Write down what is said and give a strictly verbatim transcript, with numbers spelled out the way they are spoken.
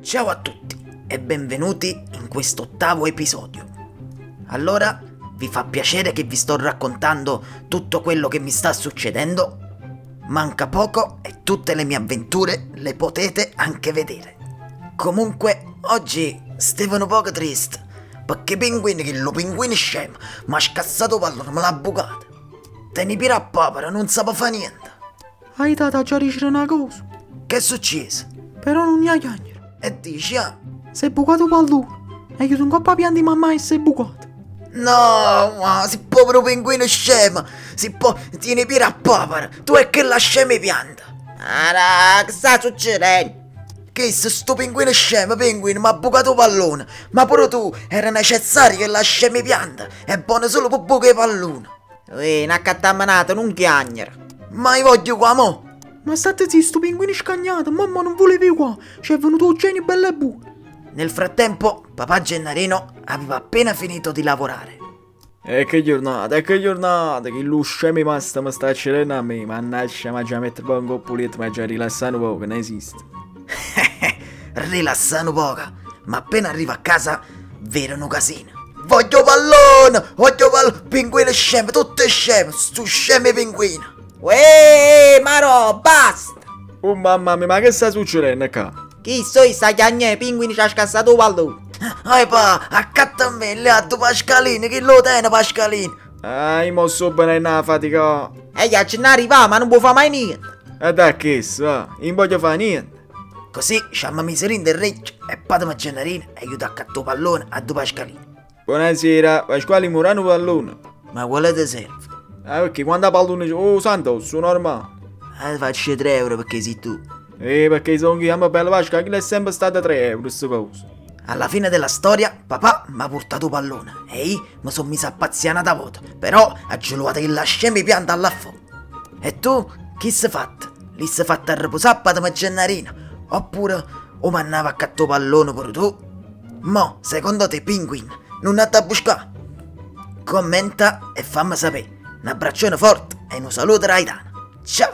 Ciao a tutti e benvenuti in questo ottavo episodio. Allora, vi fa piacere che vi sto raccontando tutto quello che mi sta succedendo? Manca poco e tutte le mie avventure le potete anche vedere. Comunque, oggi stavo un poco triste, perché Pinguino, che lo pinguino scemo, mi ha scassato pallone, me l'ha bucato. Te ne pira a papera, non sa fa niente. Hai tata già dice una cosa, Che è successo? però non ne chiagnere. E dici, ah, Si è bucato pallone e io sono coppa pian di mamma e si è bucato. no, ma si povero pinguino scemo, si può, tieni pira a papera, tu è che la scema pianta. Ara, che sta succedendo? Che se sto pinguino scemo, pinguino, mi ha bucato pallone, ma pure tu era necessario che la scema pianta, è buono solo per bucare pallone. Ui, una cattamanata, non chiagnere. Ma io voglio qua mo'. Ma state zitto, sto pinguino scagnato, mamma non volevi qua, ci è venuto Eugenio bello e buono. Nel frattempo, papà Gennarino aveva appena finito di lavorare. E che giornata, e che giornata, che lo scemi basta mi sta accedendo a me, mannaggia, ma già mettere un po' pulito, ma già rilassare un po', che non esiste. Rilassano poca, ma appena arriva a casa, vero un casino. Voglio pallone, voglio pallone, pinguino scemo, tutto scemo, stu scemi pinguino. Uè, Maro, basta! Oh mamma mia, ma che sta succedendo qua? Chi so sta chiagnere, pinguini ci ha scassato un pallone. Ai pa, accatta a me, le ha due Pascalini, chi lo tiene Pascalini? Ah, io mo so bene una fatica. E gli accenna arriva, ma non può fare mai niente. E da che sa, non voglio fare niente. Così sciamma Miserin del Regge e Padma Gennarino aiuta a cattò pallone a due Pascalini. Buonasera, Pasquale Murano pallone. Ma quale serve? Ah, perché quando pallone... Oh, santo, sono normale. Eh, faccio tre euro perché sei tu. Eh, perché sono chiamato bella Pasqua, che è sempre stata tre euro, questa cosa. Alla fine della storia, papà mi ha portato pallone e io mi sono messo a pazziana da voto. Però ha giurato che la scema pianta alla fo. E tu, chi sei fatta? Li sei fatta a riposare a Padma Gennarino? Oppure o mannava a cattò pallone pure tu? Mo, secondo te, Pinguino, non ha da buscare? Commenta e fammi sapere. Un abbraccione forte e un saluto da Aitana. Ciao!